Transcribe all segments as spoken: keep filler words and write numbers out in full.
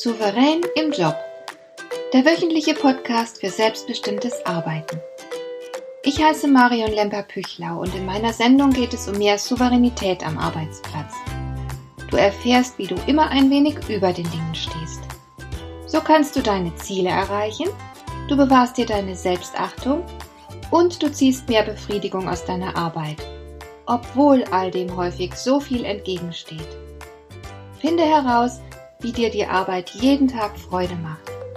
Souverän im Job. Der wöchentliche Podcast für selbstbestimmtes Arbeiten. Ich heiße Marion Lemper-Püchlau und in meiner Sendung geht es um mehr Souveränität am Arbeitsplatz. Du erfährst, wie du immer ein wenig über den Dingen stehst. So kannst du deine Ziele erreichen, du bewahrst dir deine Selbstachtung und du ziehst mehr Befriedigung aus deiner Arbeit, obwohl all dem häufig so viel entgegensteht. Finde heraus, wie dir die Arbeit jeden Tag Freude macht.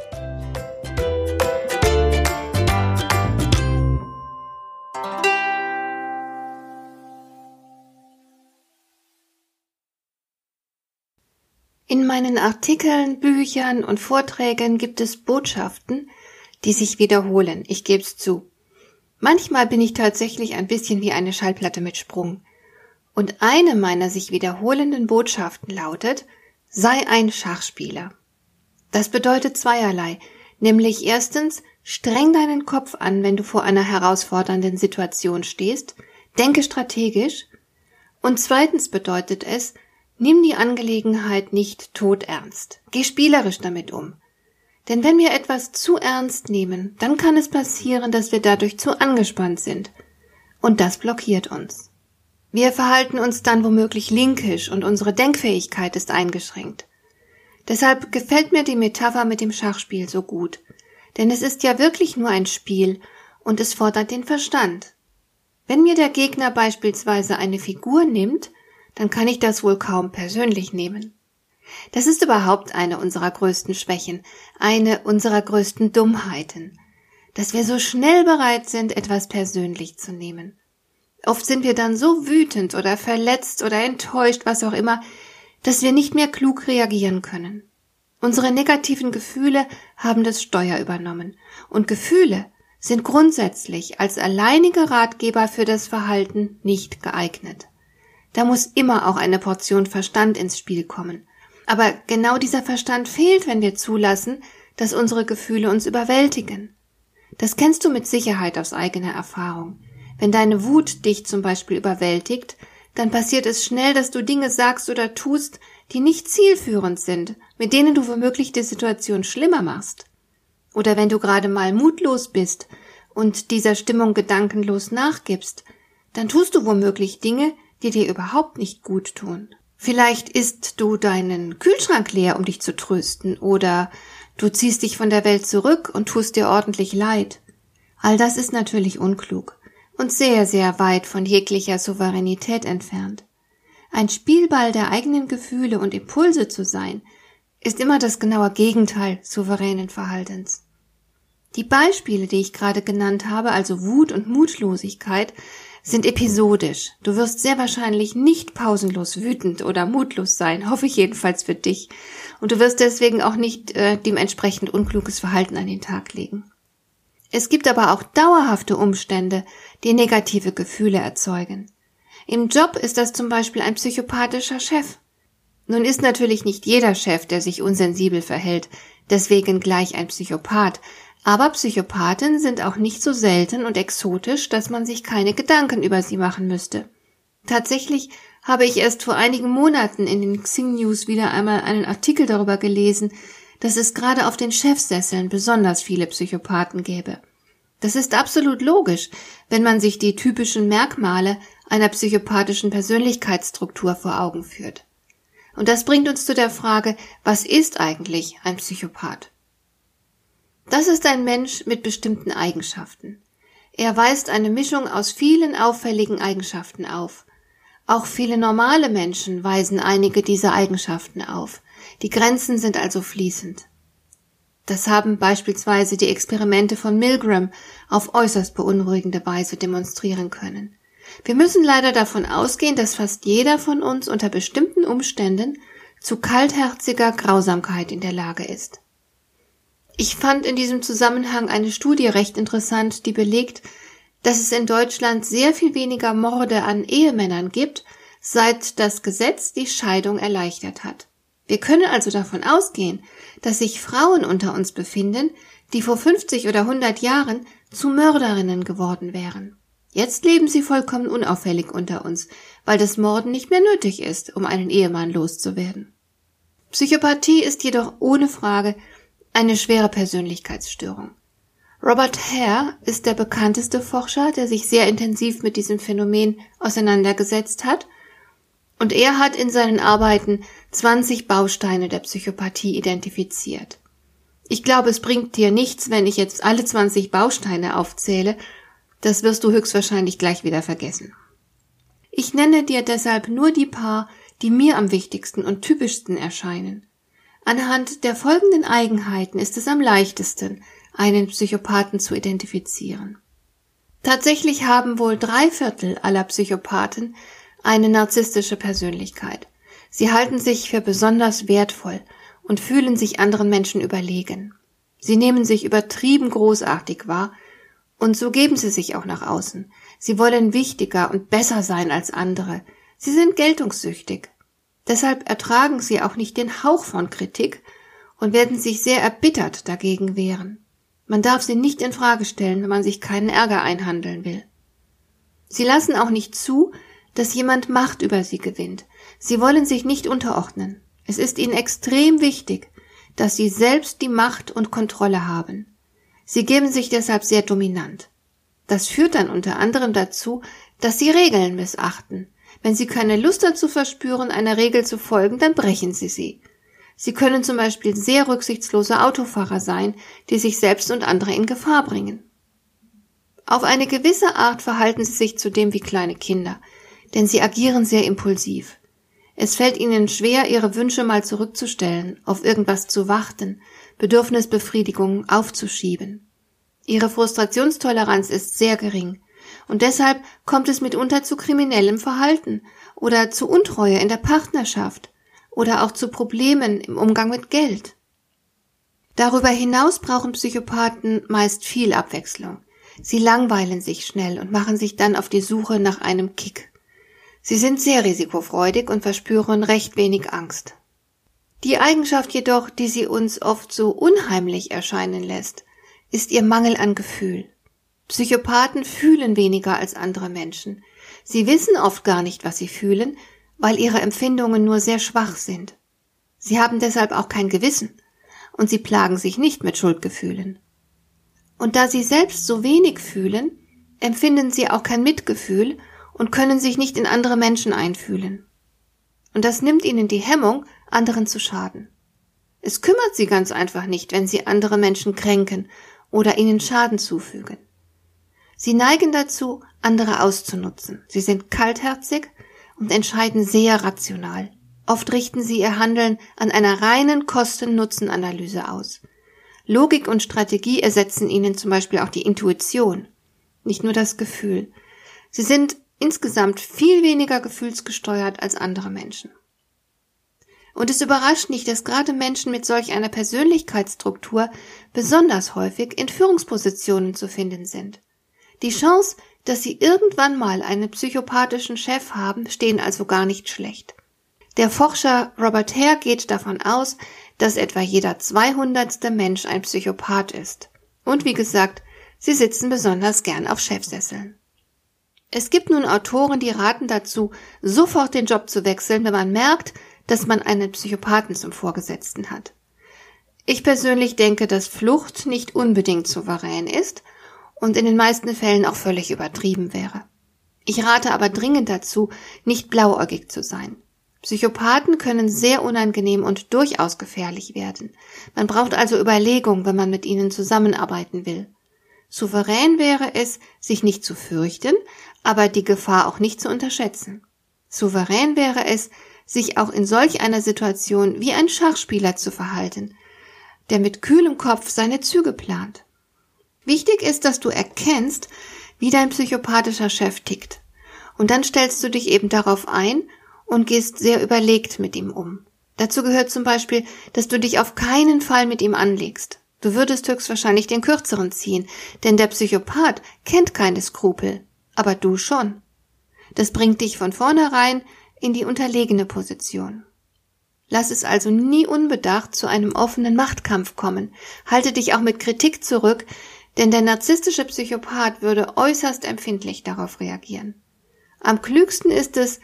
In meinen Artikeln, Büchern und Vorträgen gibt es Botschaften, die sich wiederholen, ich gebe es zu. Manchmal bin ich tatsächlich ein bisschen wie eine Schallplatte mit Sprung. Und eine meiner sich wiederholenden Botschaften lautet: Sei ein Schachspieler. Das bedeutet zweierlei, nämlich erstens, streng deinen Kopf an, wenn du vor einer herausfordernden Situation stehst, denke strategisch, und zweitens bedeutet es, nimm die Angelegenheit nicht todernst, geh spielerisch damit um. Denn wenn wir etwas zu ernst nehmen, dann kann es passieren, dass wir dadurch zu angespannt sind, und das blockiert uns. Wir verhalten uns dann womöglich linkisch und unsere Denkfähigkeit ist eingeschränkt. Deshalb gefällt mir die Metapher mit dem Schachspiel so gut, denn es ist ja wirklich nur ein Spiel und es fordert den Verstand. Wenn mir der Gegner beispielsweise eine Figur nimmt, dann kann ich das wohl kaum persönlich nehmen. Das ist überhaupt eine unserer größten Schwächen, eine unserer größten Dummheiten, dass wir so schnell bereit sind, etwas persönlich zu nehmen. Oft sind wir dann so wütend oder verletzt oder enttäuscht, was auch immer, dass wir nicht mehr klug reagieren können. Unsere negativen Gefühle haben das Steuer übernommen. Und Gefühle sind grundsätzlich als alleinige Ratgeber für das Verhalten nicht geeignet. Da muss immer auch eine Portion Verstand ins Spiel kommen. Aber genau dieser Verstand fehlt, wenn wir zulassen, dass unsere Gefühle uns überwältigen. Das kennst du mit Sicherheit aus eigener Erfahrung. Wenn deine Wut dich zum Beispiel überwältigt, dann passiert es schnell, dass du Dinge sagst oder tust, die nicht zielführend sind, mit denen du womöglich die Situation schlimmer machst. Oder wenn du gerade mal mutlos bist und dieser Stimmung gedankenlos nachgibst, dann tust du womöglich Dinge, die dir überhaupt nicht gut tun. Vielleicht isst du deinen Kühlschrank leer, um dich zu trösten, oder du ziehst dich von der Welt zurück und tust dir ordentlich leid. All das ist natürlich unklug und sehr, sehr weit von jeglicher Souveränität entfernt. Ein Spielball der eigenen Gefühle und Impulse zu sein, ist immer das genaue Gegenteil souveränen Verhaltens. Die Beispiele, die ich gerade genannt habe, also Wut und Mutlosigkeit, sind episodisch. Du wirst sehr wahrscheinlich nicht pausenlos wütend oder mutlos sein, hoffe ich jedenfalls für dich. Und du wirst deswegen auch nicht äh, dementsprechend unkluges Verhalten an den Tag legen. Es gibt aber auch dauerhafte Umstände, die negative Gefühle erzeugen. Im Job ist das zum Beispiel ein psychopathischer Chef. Nun ist natürlich nicht jeder Chef, der sich unsensibel verhält, deswegen gleich ein Psychopath, aber Psychopathen sind auch nicht so selten und exotisch, dass man sich keine Gedanken über sie machen müsste. Tatsächlich habe ich erst vor einigen Monaten in den Xing News wieder einmal einen Artikel darüber gelesen, dass es gerade auf den Chefsesseln besonders viele Psychopathen gäbe. Das ist absolut logisch, wenn man sich die typischen Merkmale einer psychopathischen Persönlichkeitsstruktur vor Augen führt. Und das bringt uns zu der Frage, was ist eigentlich ein Psychopath? Das ist ein Mensch mit bestimmten Eigenschaften. Er weist eine Mischung aus vielen auffälligen Eigenschaften auf. Auch viele normale Menschen weisen einige dieser Eigenschaften auf. Die Grenzen sind also fließend. Das haben beispielsweise die Experimente von Milgram auf äußerst beunruhigende Weise demonstrieren können. Wir müssen leider davon ausgehen, dass fast jeder von uns unter bestimmten Umständen zu kaltherziger Grausamkeit in der Lage ist. Ich fand in diesem Zusammenhang eine Studie recht interessant, die belegt, dass es in Deutschland sehr viel weniger Morde an Ehemännern gibt, seit das Gesetz die Scheidung erleichtert hat. Wir können also davon ausgehen, dass sich Frauen unter uns befinden, die vor fünfzig oder hundert Jahren zu Mörderinnen geworden wären. Jetzt leben sie vollkommen unauffällig unter uns, weil das Morden nicht mehr nötig ist, um einen Ehemann loszuwerden. Psychopathie ist jedoch ohne Frage eine schwere Persönlichkeitsstörung. Robert Hare ist der bekannteste Forscher, der sich sehr intensiv mit diesem Phänomen auseinandergesetzt hat, und er hat in seinen Arbeiten zwanzig Bausteine der Psychopathie identifiziert. Ich glaube, es bringt dir nichts, wenn ich jetzt alle zwanzig Bausteine aufzähle, das wirst du höchstwahrscheinlich gleich wieder vergessen. Ich nenne dir deshalb nur die paar, die mir am wichtigsten und typischsten erscheinen. Anhand der folgenden Eigenheiten ist es am leichtesten, einen Psychopathen zu identifizieren. Tatsächlich haben wohl drei Viertel aller Psychopathen eine narzisstische Persönlichkeit. Sie halten sich für besonders wertvoll und fühlen sich anderen Menschen überlegen. Sie nehmen sich übertrieben großartig wahr und so geben sie sich auch nach außen. Sie wollen wichtiger und besser sein als andere. Sie sind geltungssüchtig. Deshalb ertragen sie auch nicht den Hauch von Kritik und werden sich sehr erbittert dagegen wehren. Man darf sie nicht in Frage stellen, wenn man sich keinen Ärger einhandeln will. Sie lassen auch nicht zu, dass jemand Macht über sie gewinnt. Sie wollen sich nicht unterordnen. Es ist ihnen extrem wichtig, dass sie selbst die Macht und Kontrolle haben. Sie geben sich deshalb sehr dominant. Das führt dann unter anderem dazu, dass sie Regeln missachten. Wenn sie keine Lust dazu verspüren, einer Regel zu folgen, dann brechen sie sie. Sie können zum Beispiel sehr rücksichtslose Autofahrer sein, die sich selbst und andere in Gefahr bringen. Auf eine gewisse Art verhalten sie sich zudem wie kleine Kinder, denn sie agieren sehr impulsiv. Es fällt ihnen schwer, ihre Wünsche mal zurückzustellen, auf irgendwas zu warten, Bedürfnisbefriedigung aufzuschieben. Ihre Frustrationstoleranz ist sehr gering und deshalb kommt es mitunter zu kriminellem Verhalten oder zu Untreue in der Partnerschaft oder auch zu Problemen im Umgang mit Geld. Darüber hinaus brauchen Psychopathen meist viel Abwechslung. Sie langweilen sich schnell und machen sich dann auf die Suche nach einem Kick. Sie sind sehr risikofreudig und verspüren recht wenig Angst. Die Eigenschaft jedoch, die sie uns oft so unheimlich erscheinen lässt, ist ihr Mangel an Gefühl. Psychopathen fühlen weniger als andere Menschen. Sie wissen oft gar nicht, was sie fühlen, weil ihre Empfindungen nur sehr schwach sind. Sie haben deshalb auch kein Gewissen und sie plagen sich nicht mit Schuldgefühlen. Und da sie selbst so wenig fühlen, empfinden sie auch kein Mitgefühl und können sich nicht in andere Menschen einfühlen. Und das nimmt ihnen die Hemmung, anderen zu schaden. Es kümmert sie ganz einfach nicht, wenn sie andere Menschen kränken oder ihnen Schaden zufügen. Sie neigen dazu, andere auszunutzen. Sie sind kaltherzig und entscheiden sehr rational. Oft richten sie ihr Handeln an einer reinen Kosten-Nutzen-Analyse aus. Logik und Strategie ersetzen ihnen zum Beispiel auch die Intuition, nicht nur das Gefühl. Sie sind insgesamt viel weniger gefühlsgesteuert als andere Menschen. Und es überrascht nicht, dass gerade Menschen mit solch einer Persönlichkeitsstruktur besonders häufig in Führungspositionen zu finden sind. Die Chance, dass sie irgendwann mal einen psychopathischen Chef haben, stehen also gar nicht schlecht. Der Forscher Robert Hare geht davon aus, dass etwa jeder zweihundertste Mensch ein Psychopath ist. Und wie gesagt, sie sitzen besonders gern auf Chefsesseln. Es gibt nun Autoren, die raten dazu, sofort den Job zu wechseln, wenn man merkt, dass man einen Psychopathen zum Vorgesetzten hat. Ich persönlich denke, dass Flucht nicht unbedingt souverän ist und in den meisten Fällen auch völlig übertrieben wäre. Ich rate aber dringend dazu, nicht blauäugig zu sein. Psychopathen können sehr unangenehm und durchaus gefährlich werden. Man braucht also Überlegung, wenn man mit ihnen zusammenarbeiten will. Souverän wäre es, sich nicht zu fürchten, aber die Gefahr auch nicht zu unterschätzen. Souverän wäre es, sich auch in solch einer Situation wie ein Schachspieler zu verhalten, der mit kühlem Kopf seine Züge plant. Wichtig ist, dass du erkennst, wie dein psychopathischer Chef tickt. Und dann stellst du dich eben darauf ein und gehst sehr überlegt mit ihm um. Dazu gehört zum Beispiel, dass du dich auf keinen Fall mit ihm anlegst. Du würdest höchstwahrscheinlich den Kürzeren ziehen, denn der Psychopath kennt keine Skrupel, aber du schon. Das bringt dich von vornherein in die unterlegene Position. Lass es also nie unbedacht zu einem offenen Machtkampf kommen. Halte dich auch mit Kritik zurück, denn der narzisstische Psychopath würde äußerst empfindlich darauf reagieren. Am klügsten ist es,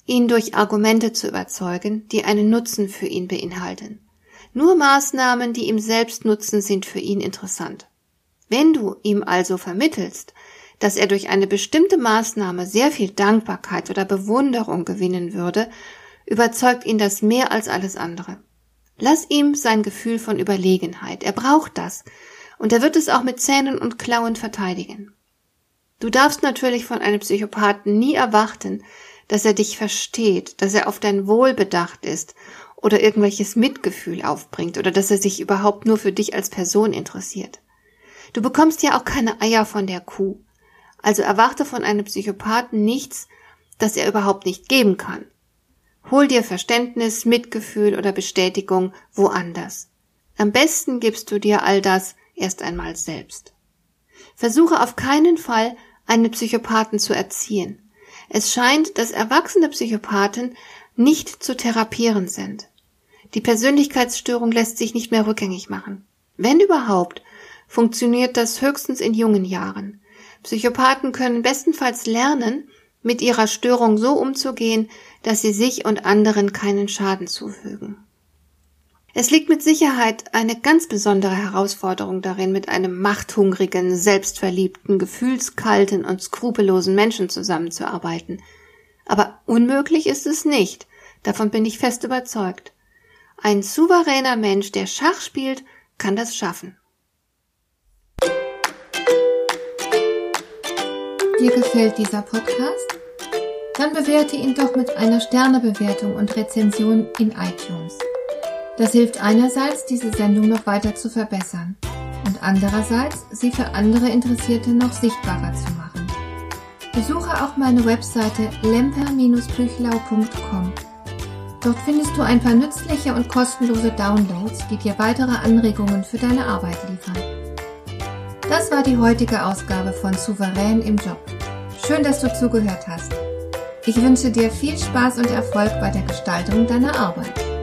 ihn durch Argumente zu überzeugen, die einen Nutzen für ihn beinhalten. Nur Maßnahmen, die ihm selbst nutzen, sind für ihn interessant. Wenn du ihm also vermittelst, dass er durch eine bestimmte Maßnahme sehr viel Dankbarkeit oder Bewunderung gewinnen würde, überzeugt ihn das mehr als alles andere. Lass ihm sein Gefühl von Überlegenheit. Er braucht das und er wird es auch mit Zähnen und Klauen verteidigen. Du darfst natürlich von einem Psychopathen nie erwarten, dass er dich versteht, dass er auf dein Wohl bedacht ist oder irgendwelches Mitgefühl aufbringt oder dass er sich überhaupt nur für dich als Person interessiert. Du bekommst ja auch keine Eier von der Kuh. Also erwarte von einem Psychopathen nichts, das er überhaupt nicht geben kann. Hol dir Verständnis, Mitgefühl oder Bestätigung woanders. Am besten gibst du dir all das erst einmal selbst. Versuche auf keinen Fall, einen Psychopathen zu erziehen. Es scheint, dass erwachsene Psychopathen nicht zu therapieren sind. Die Persönlichkeitsstörung lässt sich nicht mehr rückgängig machen. Wenn überhaupt, funktioniert das höchstens in jungen Jahren. Psychopathen können bestenfalls lernen, mit ihrer Störung so umzugehen, dass sie sich und anderen keinen Schaden zufügen. Es liegt mit Sicherheit eine ganz besondere Herausforderung darin, mit einem machthungrigen, selbstverliebten, gefühlskalten und skrupellosen Menschen zusammenzuarbeiten. Aber unmöglich ist es nicht, davon bin ich fest überzeugt. Ein souveräner Mensch, der Schach spielt, kann das schaffen. Dir gefällt dieser Podcast? Dann bewerte ihn doch mit einer Sternebewertung und Rezension in iTunes. Das hilft einerseits, diese Sendung noch weiter zu verbessern und andererseits, sie für andere Interessierte noch sichtbarer zu machen. Besuche auch meine Webseite lemper Bindestrich büchlau Punkt com. Dort findest du ein paar nützliche und kostenlose Downloads, die dir weitere Anregungen für deine Arbeit liefern. Das war die heutige Ausgabe von Souverän im Job. Schön, dass du zugehört hast. Ich wünsche dir viel Spaß und Erfolg bei der Gestaltung deiner Arbeit.